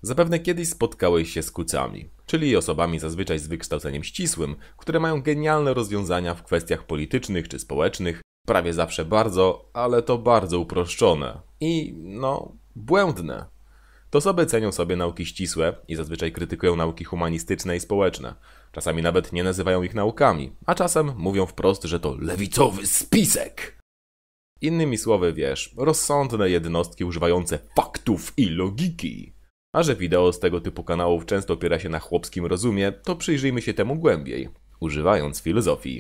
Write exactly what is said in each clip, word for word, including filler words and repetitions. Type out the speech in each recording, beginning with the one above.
Zapewne kiedyś spotkałeś się z kucami, czyli osobami zazwyczaj z wykształceniem ścisłym, które mają genialne rozwiązania w kwestiach politycznych czy społecznych, prawie zawsze bardzo, ale to bardzo uproszczone i, no, błędne. Te osoby cenią sobie nauki ścisłe i zazwyczaj krytykują nauki humanistyczne i społeczne. Czasami nawet nie nazywają ich naukami, a czasem mówią wprost, że to lewicowy spisek. Innymi słowy, wiesz, rozsądne jednostki używające faktów i logiki. A że wideo z tego typu kanałów często opiera się na chłopskim rozumie, to przyjrzyjmy się temu głębiej, używając filozofii.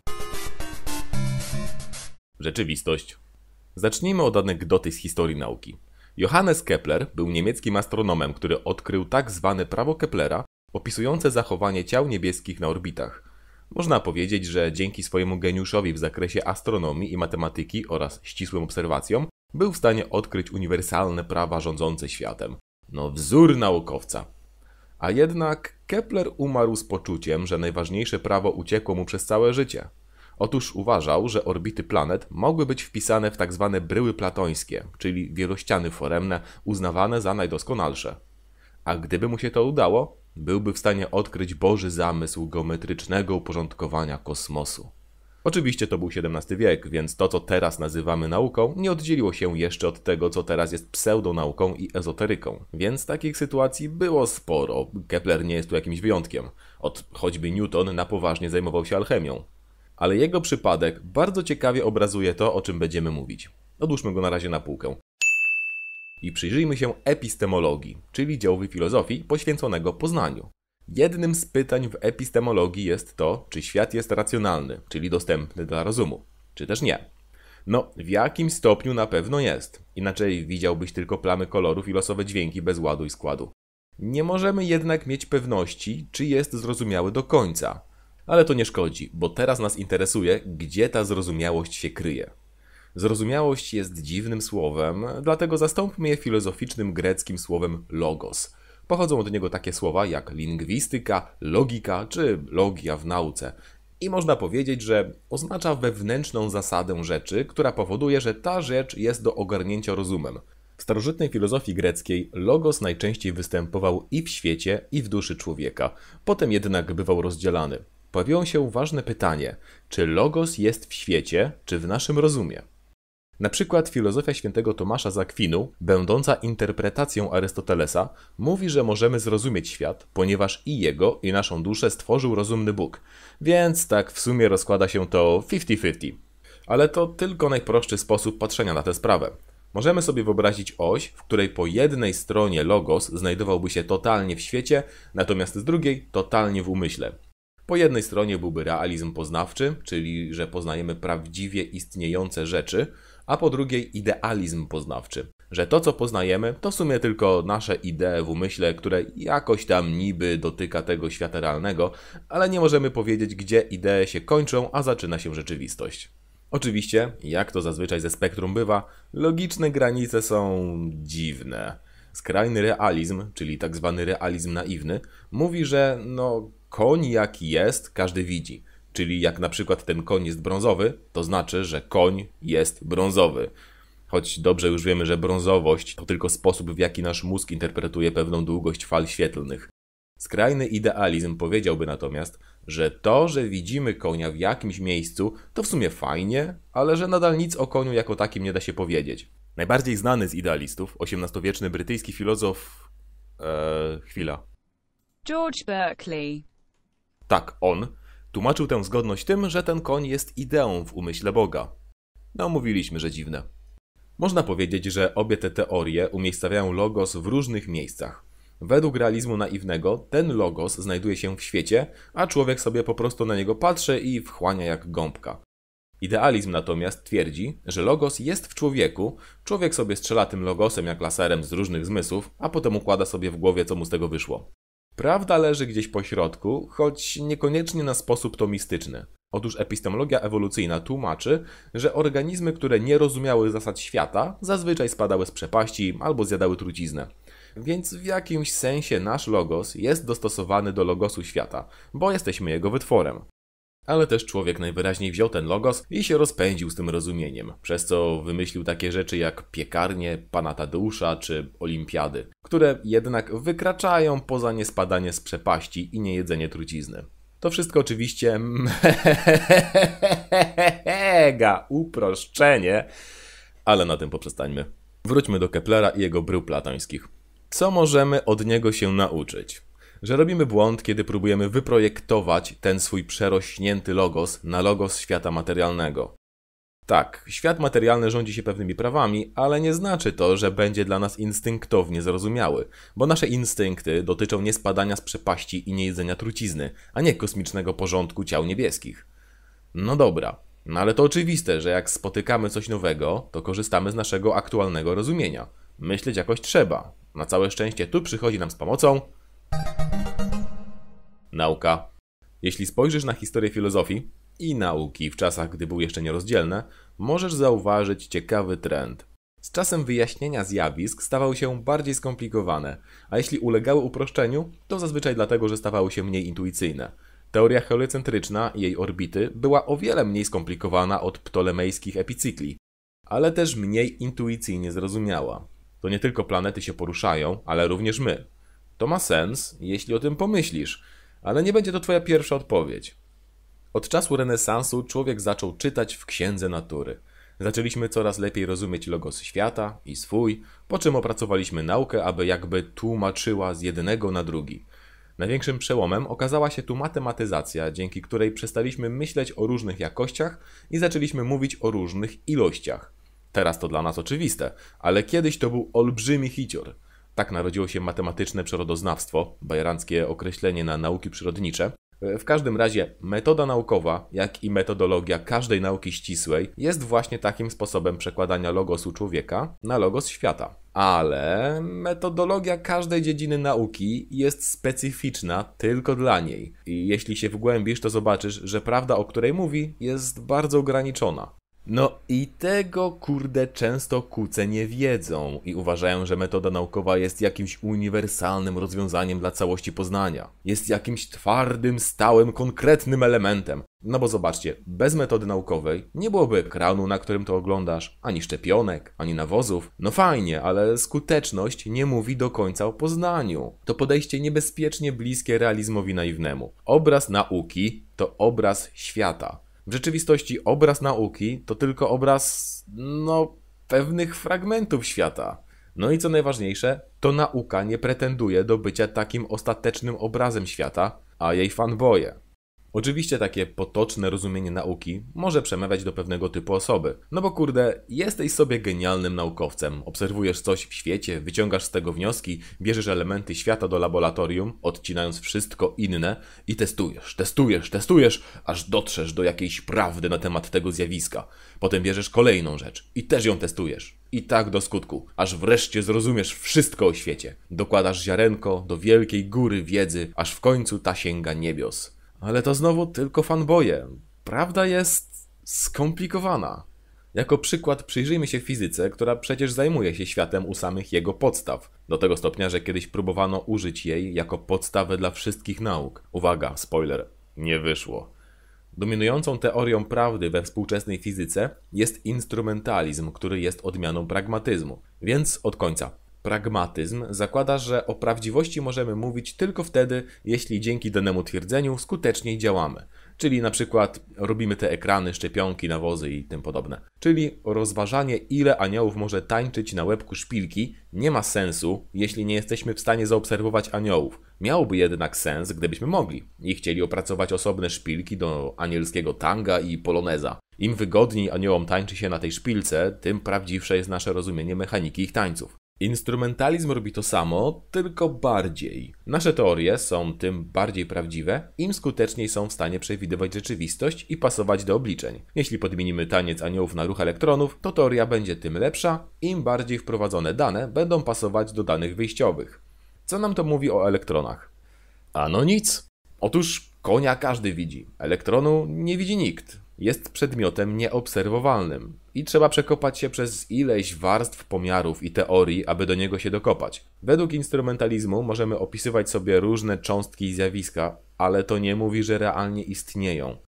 Rzeczywistość. Zacznijmy od anegdoty z historii nauki. Johannes Kepler był niemieckim astronomem, który odkrył tak zwane prawo Keplera, opisujące zachowanie ciał niebieskich na orbitach. Można powiedzieć, że dzięki swojemu geniuszowi w zakresie astronomii i matematyki oraz ścisłym obserwacjom był w stanie odkryć uniwersalne prawa rządzące światem. No, wzór naukowca. A jednak Kepler umarł z poczuciem, że najważniejsze prawo uciekło mu przez całe życie. Otóż uważał, że orbity planet mogły być wpisane w tak zwane bryły platońskie, czyli wielościany foremne uznawane za najdoskonalsze. A gdyby mu się to udało, byłby w stanie odkryć Boży zamysł geometrycznego uporządkowania kosmosu. Oczywiście to był siedemnasty wiek, więc to, co teraz nazywamy nauką, nie oddzieliło się jeszcze od tego, co teraz jest pseudonauką i ezoteryką. Więc takich sytuacji było sporo. Kepler nie jest tu jakimś wyjątkiem. Od choćby Newton na poważnie zajmował się alchemią. Ale jego przypadek bardzo ciekawie obrazuje to, o czym będziemy mówić. Odłóżmy go na razie na półkę. I przyjrzyjmy się epistemologii, czyli działowi filozofii poświęconego poznaniu. Jednym z pytań w epistemologii jest to, czy świat jest racjonalny, czyli dostępny dla rozumu, czy też nie. No, w jakim stopniu na pewno jest, inaczej widziałbyś tylko plamy kolorów i losowe dźwięki bez ładu i składu. Nie możemy jednak mieć pewności, czy jest zrozumiały do końca. Ale to nie szkodzi, bo teraz nas interesuje, gdzie ta zrozumiałość się kryje. Zrozumiałość jest dziwnym słowem, dlatego zastąpmy je filozoficznym greckim słowem logos. Pochodzą od niego takie słowa jak lingwistyka, logika czy logia w nauce. I można powiedzieć, że oznacza wewnętrzną zasadę rzeczy, która powoduje, że ta rzecz jest do ogarnięcia rozumem. W starożytnej filozofii greckiej logos najczęściej występował i w świecie, i w duszy człowieka. Potem jednak bywał rozdzielany. Pojawiło się ważne pytanie, czy logos jest w świecie, czy w naszym rozumie? Na przykład filozofia świętego Tomasza z Akwinu, będąca interpretacją Arystotelesa, mówi, że możemy zrozumieć świat, ponieważ i jego, i naszą duszę stworzył rozumny Bóg. Więc tak w sumie rozkłada się to fifty fifty. Ale to tylko najprostszy sposób patrzenia na tę sprawę. Możemy sobie wyobrazić oś, w której po jednej stronie logos znajdowałby się totalnie w świecie, natomiast z drugiej totalnie w umyśle. Po jednej stronie byłby realizm poznawczy, czyli że poznajemy prawdziwie istniejące rzeczy, a po drugiej idealizm poznawczy, że to, co poznajemy, to w sumie tylko nasze idee w umyśle, które jakoś tam niby dotyka tego świata realnego, ale nie możemy powiedzieć, gdzie idee się kończą, a zaczyna się rzeczywistość. Oczywiście, jak to zazwyczaj ze spektrum bywa, logiczne granice są dziwne. Skrajny realizm, czyli tak zwany realizm naiwny, mówi, że no koń jaki jest, każdy widzi. Czyli jak na przykład ten koń jest brązowy, to znaczy, że koń jest brązowy. Choć dobrze już wiemy, że brązowość to tylko sposób, w jaki nasz mózg interpretuje pewną długość fal świetlnych. Skrajny idealizm powiedziałby natomiast, że to, że widzimy konia w jakimś miejscu, to w sumie fajnie, ale że nadal nic o koniu jako takim nie da się powiedzieć. Najbardziej znany z idealistów, osiemnastowieczny brytyjski filozof... Eee, chwila. George Berkeley. Tak, on tłumaczył tę zgodność tym, że ten koń jest ideą w umyśle Boga. No, mówiliśmy, że dziwne. Można powiedzieć, że obie te teorie umiejscawiają logos w różnych miejscach. Według realizmu naiwnego ten logos znajduje się w świecie, a człowiek sobie po prostu na niego patrzy i wchłania jak gąbka. Idealizm natomiast twierdzi, że logos jest w człowieku, człowiek sobie strzela tym logosem jak laserem z różnych zmysłów, a potem układa sobie w głowie, co mu z tego wyszło. Prawda leży gdzieś po środku, choć niekoniecznie na sposób tomistyczny. Otóż epistemologia ewolucyjna tłumaczy, że organizmy, które nie rozumiały zasad świata, zazwyczaj spadały z przepaści albo zjadały truciznę. Więc w jakimś sensie nasz logos jest dostosowany do logosu świata, bo jesteśmy jego wytworem. Ale też człowiek najwyraźniej wziął ten logos i się rozpędził z tym rozumieniem, przez co wymyślił takie rzeczy jak piekarnie, pana Tadeusza czy olimpiady, które jednak wykraczają poza niespadanie z przepaści i niejedzenie trucizny. To wszystko oczywiście mega uproszczenie, ale na tym poprzestańmy. Wróćmy do Keplera i jego brył platońskich. Co możemy od niego się nauczyć? Że robimy błąd, kiedy próbujemy wyprojektować ten swój przerośnięty logos na logos świata materialnego. Tak, świat materialny rządzi się pewnymi prawami, ale nie znaczy to, że będzie dla nas instynktownie zrozumiały, bo nasze instynkty dotyczą nie spadania z przepaści i niejedzenia trucizny, a nie kosmicznego porządku ciał niebieskich. No dobra, no ale to oczywiste, że jak spotykamy coś nowego, to korzystamy z naszego aktualnego rozumienia. Myśleć jakoś trzeba. Na całe szczęście tu przychodzi nam z pomocą nauka. Jeśli spojrzysz na historię filozofii i nauki w czasach, gdy były jeszcze nierozdzielne, możesz zauważyć ciekawy trend. Z czasem wyjaśnienia zjawisk stawały się bardziej skomplikowane, a jeśli ulegały uproszczeniu, to zazwyczaj dlatego, że stawały się mniej intuicyjne. Teoria heliocentryczna i jej orbity była o wiele mniej skomplikowana od ptolemejskich epicykli, ale też mniej intuicyjnie zrozumiała. To nie tylko planety się poruszają, ale również my. To ma sens, jeśli o tym pomyślisz, ale nie będzie to twoja pierwsza odpowiedź. Od czasu renesansu człowiek zaczął czytać w księdze natury. Zaczęliśmy coraz lepiej rozumieć logos świata i swój, po czym opracowaliśmy naukę, aby jakby tłumaczyła z jednego na drugi. Największym przełomem okazała się tu matematyzacja, dzięki której przestaliśmy myśleć o różnych jakościach i zaczęliśmy mówić o różnych ilościach. Teraz to dla nas oczywiste, ale kiedyś to był olbrzymi hicior. Tak narodziło się matematyczne przyrodoznawstwo, bajeranckie określenie na nauki przyrodnicze. W każdym razie metoda naukowa, jak i metodologia każdej nauki ścisłej jest właśnie takim sposobem przekładania logosu człowieka na logos świata. Ale metodologia każdej dziedziny nauki jest specyficzna tylko dla niej. I jeśli się wgłębisz, to zobaczysz, że prawda, o której mówi, jest bardzo ograniczona. No i tego kurde często kuce nie wiedzą i uważają, że metoda naukowa jest jakimś uniwersalnym rozwiązaniem dla całości poznania. Jest jakimś twardym, stałym, konkretnym elementem. No bo zobaczcie, bez metody naukowej nie byłoby ekranu, na którym to oglądasz, ani szczepionek, ani nawozów. No fajnie, ale skuteczność nie mówi do końca o poznaniu. To podejście niebezpiecznie bliskie realizmowi naiwnemu. Obraz nauki to obraz świata. W rzeczywistości obraz nauki to tylko obraz, no, pewnych fragmentów świata. No i co najważniejsze, to nauka nie pretenduje do bycia takim ostatecznym obrazem świata, a jej fanboye. Oczywiście takie potoczne rozumienie nauki może przemawiać do pewnego typu osoby. No bo kurde, jesteś sobie genialnym naukowcem, obserwujesz coś w świecie, wyciągasz z tego wnioski, bierzesz elementy świata do laboratorium, odcinając wszystko inne i testujesz, testujesz, testujesz, aż dotrzesz do jakiejś prawdy na temat tego zjawiska. Potem bierzesz kolejną rzecz i też ją testujesz. I tak do skutku, aż wreszcie zrozumiesz wszystko o świecie. Dokładasz ziarenko do wielkiej góry wiedzy, aż w końcu ta sięga niebios. Ale to znowu tylko fanboye. Prawda jest skomplikowana. Jako przykład przyjrzyjmy się fizyce, która przecież zajmuje się światem u samych jego podstaw. Do tego stopnia, że kiedyś próbowano użyć jej jako podstawę dla wszystkich nauk. Uwaga, spoiler, nie wyszło. Dominującą teorią prawdy we współczesnej fizyce jest instrumentalizm, który jest odmianą pragmatyzmu. Więc od końca. Pragmatyzm zakłada, że o prawdziwości możemy mówić tylko wtedy, jeśli dzięki danemu twierdzeniu skuteczniej działamy. Czyli na przykład robimy te ekrany, szczepionki, nawozy i tym podobne. Czyli rozważanie, ile aniołów może tańczyć na łebku szpilki, nie ma sensu, jeśli nie jesteśmy w stanie zaobserwować aniołów. Miałoby jednak sens, gdybyśmy mogli i chcieli opracować osobne szpilki do anielskiego tanga i poloneza. Im wygodniej aniołom tańczy się na tej szpilce, tym prawdziwsze jest nasze rozumienie mechaniki ich tańców. Instrumentalizm robi to samo, tylko bardziej. Nasze teorie są tym bardziej prawdziwe, im skuteczniej są w stanie przewidywać rzeczywistość i pasować do obliczeń. Jeśli podmienimy taniec aniołów na ruch elektronów, to teoria będzie tym lepsza, im bardziej wprowadzone dane będą pasować do danych wyjściowych. Co nam to mówi o elektronach? Ano nic. Otóż konia każdy widzi, elektronu nie widzi nikt. Jest przedmiotem nieobserwowalnym i trzeba przekopać się przez ileś warstw pomiarów i teorii, aby do niego się dokopać. Według instrumentalizmu możemy opisywać sobie różne cząstki i zjawiska, ale to nie mówi, że realnie istnieją.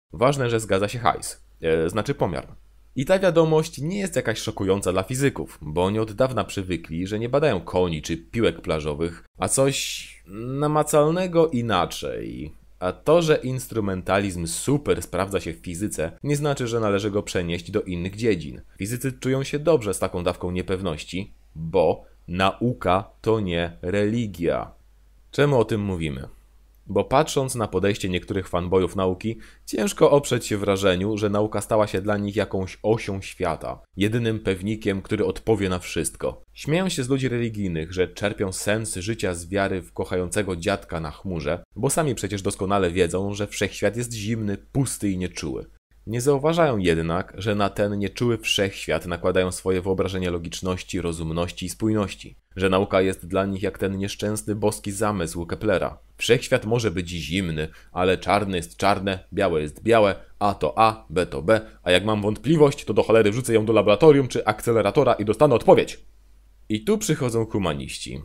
Ważne, że zgadza się hajs, e, znaczy pomiar. I ta wiadomość nie jest jakaś szokująca dla fizyków, bo oni od dawna przywykli, że nie badają koni czy piłek plażowych, a coś namacalnego inaczej. A to, że instrumentalizm super sprawdza się w fizyce, nie znaczy, że należy go przenieść do innych dziedzin. Fizycy czują się dobrze z taką dawką niepewności, bo nauka to nie religia. Czemu o tym mówimy? Bo patrząc na podejście niektórych fanboyów nauki, ciężko oprzeć się wrażeniu, że nauka stała się dla nich jakąś osią świata, jedynym pewnikiem, który odpowie na wszystko. Śmieją się z ludzi religijnych, że czerpią sens życia z wiary w kochającego dziadka na chmurze, bo sami przecież doskonale wiedzą, że wszechświat jest zimny, pusty i nieczuły. Nie zauważają jednak, że na ten nieczuły wszechświat nakładają swoje wyobrażenie logiczności, rozumności i spójności. Że nauka jest dla nich jak ten nieszczęsny boski zamysł Keplera. Wszechświat może być zimny, ale czarny jest czarne, białe jest białe, A to A, B to B, a jak mam wątpliwość, to do cholery wrzucę ją do laboratorium czy akceleratora i dostanę odpowiedź. I tu przychodzą humaniści.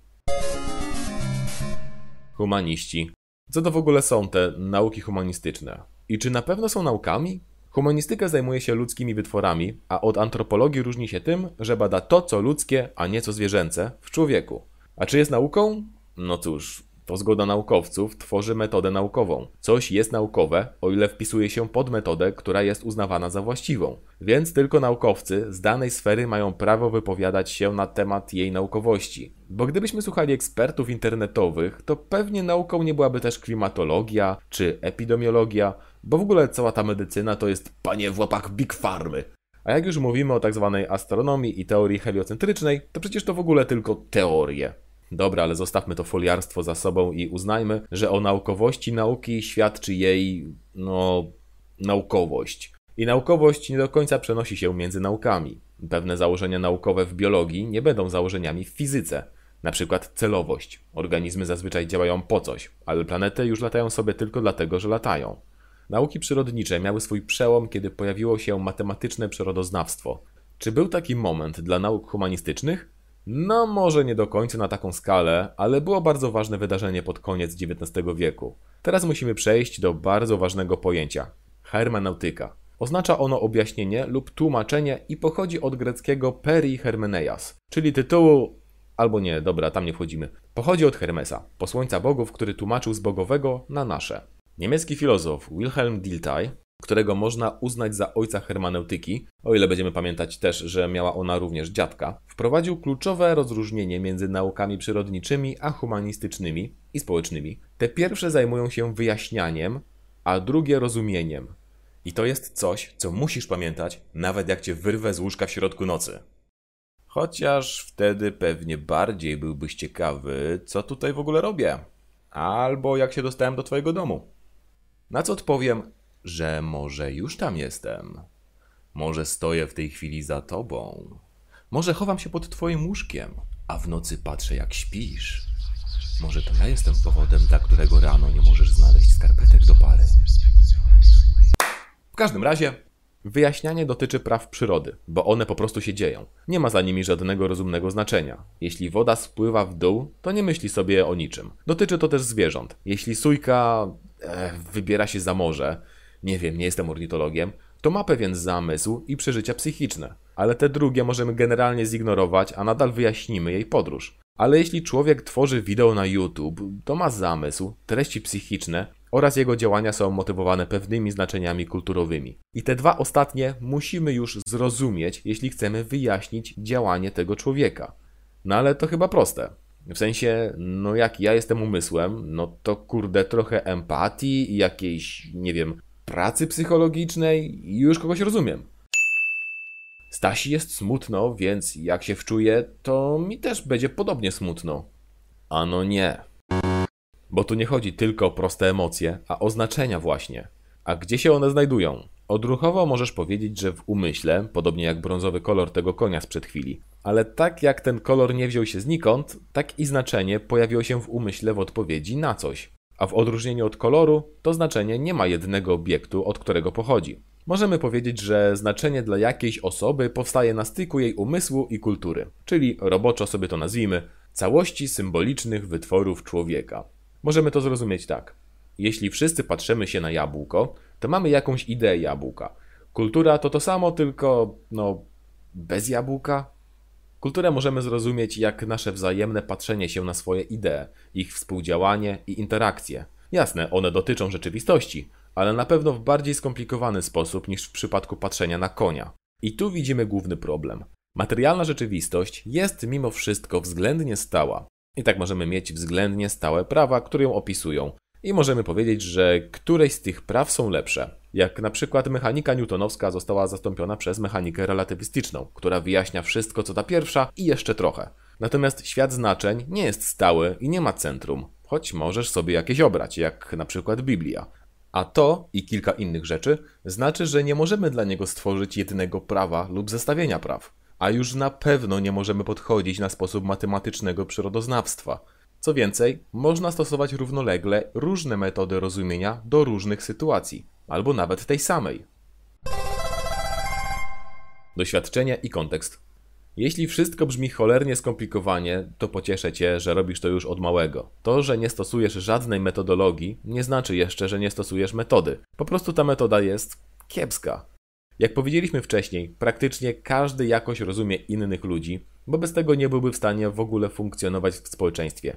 Humaniści. Co to w ogóle są te nauki humanistyczne? I czy na pewno są naukami? Humanistyka zajmuje się ludzkimi wytworami, a od antropologii różni się tym, że bada to, co ludzkie, a nie co zwierzęce, w człowieku. A czy jest nauką? No cóż, to zgoda naukowców tworzy metodę naukową. Coś jest naukowe, o ile wpisuje się pod metodę, która jest uznawana za właściwą. Więc tylko naukowcy z danej sfery mają prawo wypowiadać się na temat jej naukowości. Bo gdybyśmy słuchali ekspertów internetowych, to pewnie nauką nie byłaby też klimatologia czy epidemiologia, bo w ogóle cała ta medycyna to jest panie w łapach Big Farmy. A jak już mówimy o tak zwanej astronomii i teorii heliocentrycznej, to przecież to w ogóle tylko teorie. Dobra, ale zostawmy to foliarstwo za sobą i uznajmy, że o naukowości nauki świadczy jej, no, naukowość. I naukowość nie do końca przenosi się między naukami. Pewne założenia naukowe w biologii nie będą założeniami w fizyce. Na przykład celowość. Organizmy zazwyczaj działają po coś, ale planety już latają sobie tylko dlatego, że latają. Nauki przyrodnicze miały swój przełom, kiedy pojawiło się matematyczne przyrodoznawstwo. Czy był taki moment dla nauk humanistycznych? No może nie do końca na taką skalę, ale było bardzo ważne wydarzenie pod koniec dziewiętnastego wieku. Teraz musimy przejść do bardzo ważnego pojęcia – hermeneutyka. Oznacza ono objaśnienie lub tłumaczenie i pochodzi od greckiego peri hermeneias, czyli tytułu, albo nie, dobra, tam nie wchodzimy. Pochodzi od Hermesa, posłańca bogów, który tłumaczył z bogowego na nasze. Niemiecki filozof Wilhelm Dilthey, którego można uznać za ojca hermeneutyki, o ile będziemy pamiętać też, że miała ona również dziadka, wprowadził kluczowe rozróżnienie między naukami przyrodniczymi a humanistycznymi i społecznymi. Te pierwsze zajmują się wyjaśnianiem, a drugie rozumieniem. I to jest coś, co musisz pamiętać, nawet jak cię wyrwę z łóżka w środku nocy. Chociaż wtedy pewnie bardziej byłbyś ciekawy, co tutaj w ogóle robię. Albo jak się dostałem do twojego domu. Na co odpowiem, że może już tam jestem. Może stoję w tej chwili za tobą. Może chowam się pod twoim łóżkiem, a w nocy patrzę jak śpisz. Może to ja jestem powodem, dla którego rano nie możesz znaleźć skarpetek do pary. W każdym razie, wyjaśnianie dotyczy praw przyrody, bo one po prostu się dzieją. Nie ma za nimi żadnego rozumnego znaczenia. Jeśli woda spływa w dół, to nie myśli sobie o niczym. Dotyczy to też zwierząt. Jeśli sójka e, wybiera się za morze, nie wiem, nie jestem ornitologiem, to ma pewien zamysł i przeżycia psychiczne. Ale te drugie możemy generalnie zignorować, a nadal wyjaśnimy jej podróż. Ale jeśli człowiek tworzy wideo na YouTube, to ma zamysł, treści psychiczne oraz jego działania są motywowane pewnymi znaczeniami kulturowymi. I te dwa ostatnie musimy już zrozumieć, jeśli chcemy wyjaśnić działanie tego człowieka. No ale to chyba proste. W sensie, no jak ja jestem umysłem, no to kurde trochę empatii i jakiejś, nie wiem, pracy psychologicznej i już kogoś rozumiem. Stasi jest smutno, więc jak się wczuję, to mi też będzie podobnie smutno. Ano nie. Bo tu nie chodzi tylko o proste emocje, a o znaczenia właśnie. A gdzie się one znajdują? Odruchowo możesz powiedzieć, że w umyśle, podobnie jak brązowy kolor tego konia sprzed chwili. Ale tak jak ten kolor nie wziął się znikąd, tak i znaczenie pojawiło się w umyśle w odpowiedzi na coś. A w odróżnieniu od koloru, to znaczenie nie ma jednego obiektu, od którego pochodzi. Możemy powiedzieć, że znaczenie dla jakiejś osoby powstaje na styku jej umysłu i kultury, czyli roboczo sobie to nazwijmy, całości symbolicznych wytworów człowieka. Możemy to zrozumieć tak. Jeśli wszyscy patrzymy się na jabłko, to mamy jakąś ideę jabłka. Kultura to to samo, tylko no bez jabłka. Kulturę możemy zrozumieć jak nasze wzajemne patrzenie się na swoje idee, ich współdziałanie i interakcje. Jasne, one dotyczą rzeczywistości, ale na pewno w bardziej skomplikowany sposób niż w przypadku patrzenia na konia. I tu widzimy główny problem. Materialna rzeczywistość jest mimo wszystko względnie stała. I tak możemy mieć względnie stałe prawa, które ją opisują. I możemy powiedzieć, że któreś z tych praw są lepsze. Jak na przykład mechanika newtonowska została zastąpiona przez mechanikę relatywistyczną, która wyjaśnia wszystko co ta pierwsza i jeszcze trochę. Natomiast świat znaczeń nie jest stały i nie ma centrum, choć możesz sobie jakieś obrać, jak na przykład Biblia. A to i kilka innych rzeczy znaczy, że nie możemy dla niego stworzyć jedynego prawa lub zestawienia praw. A już na pewno nie możemy podchodzić na sposób matematycznego przyrodoznawstwa. Co więcej, można stosować równolegle różne metody rozumienia do różnych sytuacji, albo nawet tej samej. Doświadczenie i kontekst. Jeśli wszystko brzmi cholernie skomplikowanie, to pocieszę Cię, że robisz to już od małego. To, że nie stosujesz żadnej metodologii, nie znaczy jeszcze, że nie stosujesz metody. Po prostu ta metoda jest kiepska. Jak powiedzieliśmy wcześniej, praktycznie każdy jakoś rozumie innych ludzi, bo bez tego nie byłby w stanie w ogóle funkcjonować w społeczeństwie.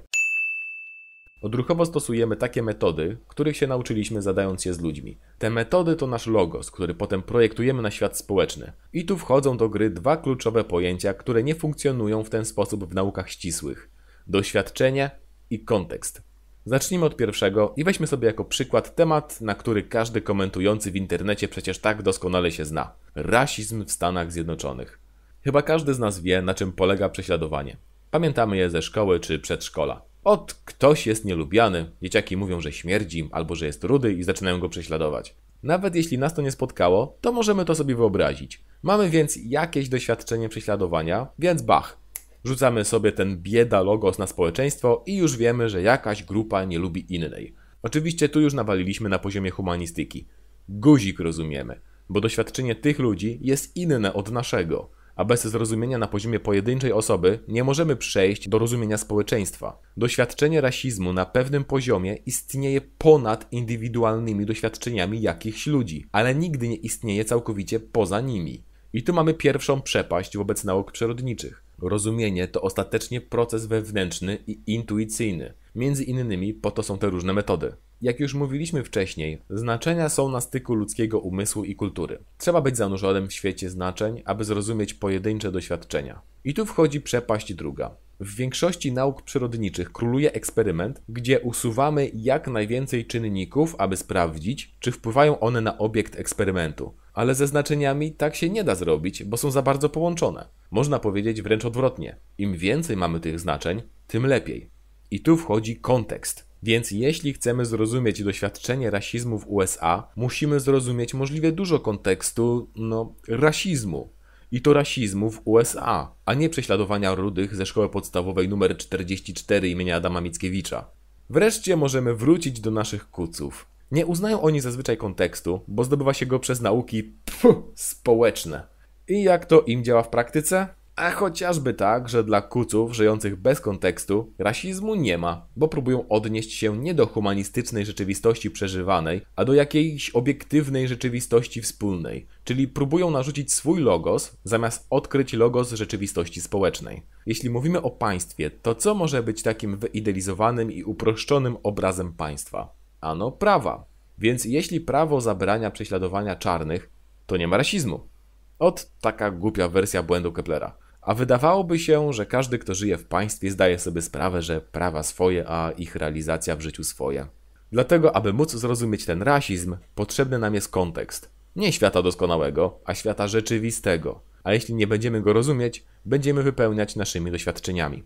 Odruchowo stosujemy takie metody, których się nauczyliśmy zadając się z ludźmi. Te metody to nasz logos, który potem projektujemy na świat społeczny. I tu wchodzą do gry dwa kluczowe pojęcia, które nie funkcjonują w ten sposób w naukach ścisłych. Doświadczenie i kontekst. Zacznijmy od pierwszego i weźmy sobie jako przykład temat, na który każdy komentujący w internecie przecież tak doskonale się zna. Rasizm w Stanach Zjednoczonych. Chyba każdy z nas wie, na czym polega prześladowanie. Pamiętamy je ze szkoły czy przedszkola. Ot, ktoś jest nielubiany, dzieciaki mówią, że śmierdzi albo że jest rudy i zaczynają go prześladować. Nawet jeśli nas to nie spotkało, to możemy to sobie wyobrazić. Mamy więc jakieś doświadczenie prześladowania, więc bach. Rzucamy sobie ten bieda logos na społeczeństwo i już wiemy, że jakaś grupa nie lubi innej. Oczywiście tu już nawaliliśmy na poziomie humanistyki. Guzik rozumiemy, bo doświadczenie tych ludzi jest inne od naszego. A bez zrozumienia na poziomie pojedynczej osoby nie możemy przejść do rozumienia społeczeństwa. Doświadczenie rasizmu na pewnym poziomie istnieje ponad indywidualnymi doświadczeniami jakichś ludzi, ale nigdy nie istnieje całkowicie poza nimi. I tu mamy pierwszą przepaść wobec nauk przyrodniczych. Rozumienie to ostatecznie proces wewnętrzny i intuicyjny. Między innymi po to są te różne metody. Jak już mówiliśmy wcześniej, znaczenia są na styku ludzkiego umysłu i kultury. Trzeba być zanurzonym w świecie znaczeń, aby zrozumieć pojedyncze doświadczenia. I tu wchodzi przepaść druga. W większości nauk przyrodniczych króluje eksperyment, gdzie usuwamy jak najwięcej czynników, aby sprawdzić, czy wpływają one na obiekt eksperymentu. Ale ze znaczeniami tak się nie da zrobić, bo są za bardzo połączone. Można powiedzieć wręcz odwrotnie. Im więcej mamy tych znaczeń, tym lepiej. I tu wchodzi kontekst. Więc jeśli chcemy zrozumieć doświadczenie rasizmu w U S A, musimy zrozumieć możliwie dużo kontekstu, no, rasizmu. I to rasizmu w U S A, a nie prześladowania rudych ze szkoły podstawowej numer czterdzieści cztery imienia Adama Mickiewicza. Wreszcie możemy wrócić do naszych kuców. Nie uznają oni zazwyczaj kontekstu, bo zdobywa się go przez nauki pff, społeczne. I jak to im działa w praktyce? A chociażby tak, że dla kuców żyjących bez kontekstu rasizmu nie ma, bo próbują odnieść się nie do humanistycznej rzeczywistości przeżywanej, a do jakiejś obiektywnej rzeczywistości wspólnej, czyli próbują narzucić swój logos, zamiast odkryć logos rzeczywistości społecznej. Jeśli mówimy o państwie, to co może być takim wyidealizowanym i uproszczonym obrazem państwa? Ano prawa. Więc jeśli prawo zabrania prześladowania czarnych, to nie ma rasizmu. Ot taka głupia wersja błędu Keplera. A wydawałoby się, że każdy, kto żyje w państwie, zdaje sobie sprawę, że prawa swoje, a ich realizacja w życiu swoje. Dlatego, aby móc zrozumieć ten rasizm, potrzebny nam jest kontekst. Nie świata doskonałego, a świata rzeczywistego. A jeśli nie będziemy go rozumieć, będziemy wypełniać naszymi doświadczeniami.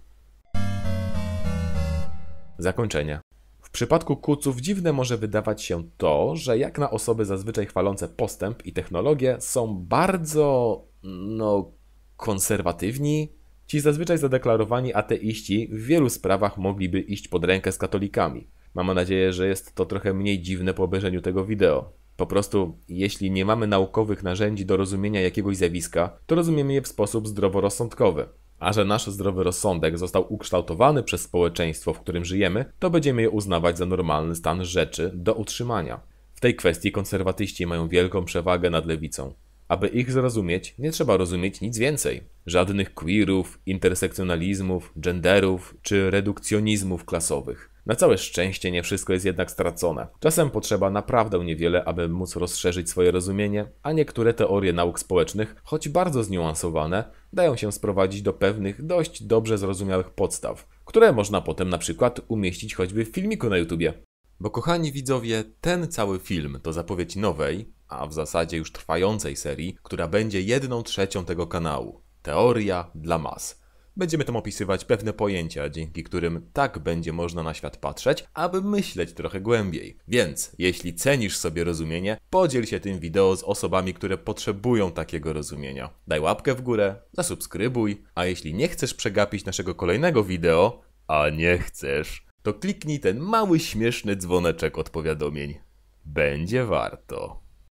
Zakończenie. W przypadku kuców dziwne może wydawać się to, że jak na osoby zazwyczaj chwalące postęp i technologię są bardzo, no, konserwatywni. Ci zazwyczaj zadeklarowani ateiści w wielu sprawach mogliby iść pod rękę z katolikami. Mam nadzieję, że jest to trochę mniej dziwne po obejrzeniu tego wideo. Po prostu, jeśli nie mamy naukowych narzędzi do rozumienia jakiegoś zjawiska, to rozumiemy je w sposób zdroworozsądkowy. A że nasz zdrowy rozsądek został ukształtowany przez społeczeństwo, w którym żyjemy, to będziemy je uznawać za normalny stan rzeczy do utrzymania. W tej kwestii konserwatyści mają wielką przewagę nad lewicą. Aby ich zrozumieć, nie trzeba rozumieć nic więcej. Żadnych queerów, intersekcjonalizmów, genderów czy redukcjonizmów klasowych. Na całe szczęście nie wszystko jest jednak stracone. Czasem potrzeba naprawdę niewiele, aby móc rozszerzyć swoje rozumienie, a niektóre teorie nauk społecznych, choć bardzo zniuansowane, dają się sprowadzić do pewnych dość dobrze zrozumiałych podstaw, które można potem na przykład umieścić choćby w filmiku na YouTubie. Bo kochani widzowie, ten cały film to zapowiedź nowej, a w zasadzie już trwającej serii, która będzie jedną trzecią tego kanału. Teoria dla mas. Będziemy tam opisywać pewne pojęcia, dzięki którym tak będzie można na świat patrzeć, aby myśleć trochę głębiej. Więc, jeśli cenisz sobie rozumienie, podziel się tym wideo z osobami, które potrzebują takiego rozumienia. Daj łapkę w górę, zasubskrybuj, a jeśli nie chcesz przegapić naszego kolejnego wideo, a nie chcesz, to kliknij ten mały śmieszny dzwoneczek od powiadomień. Będzie warto.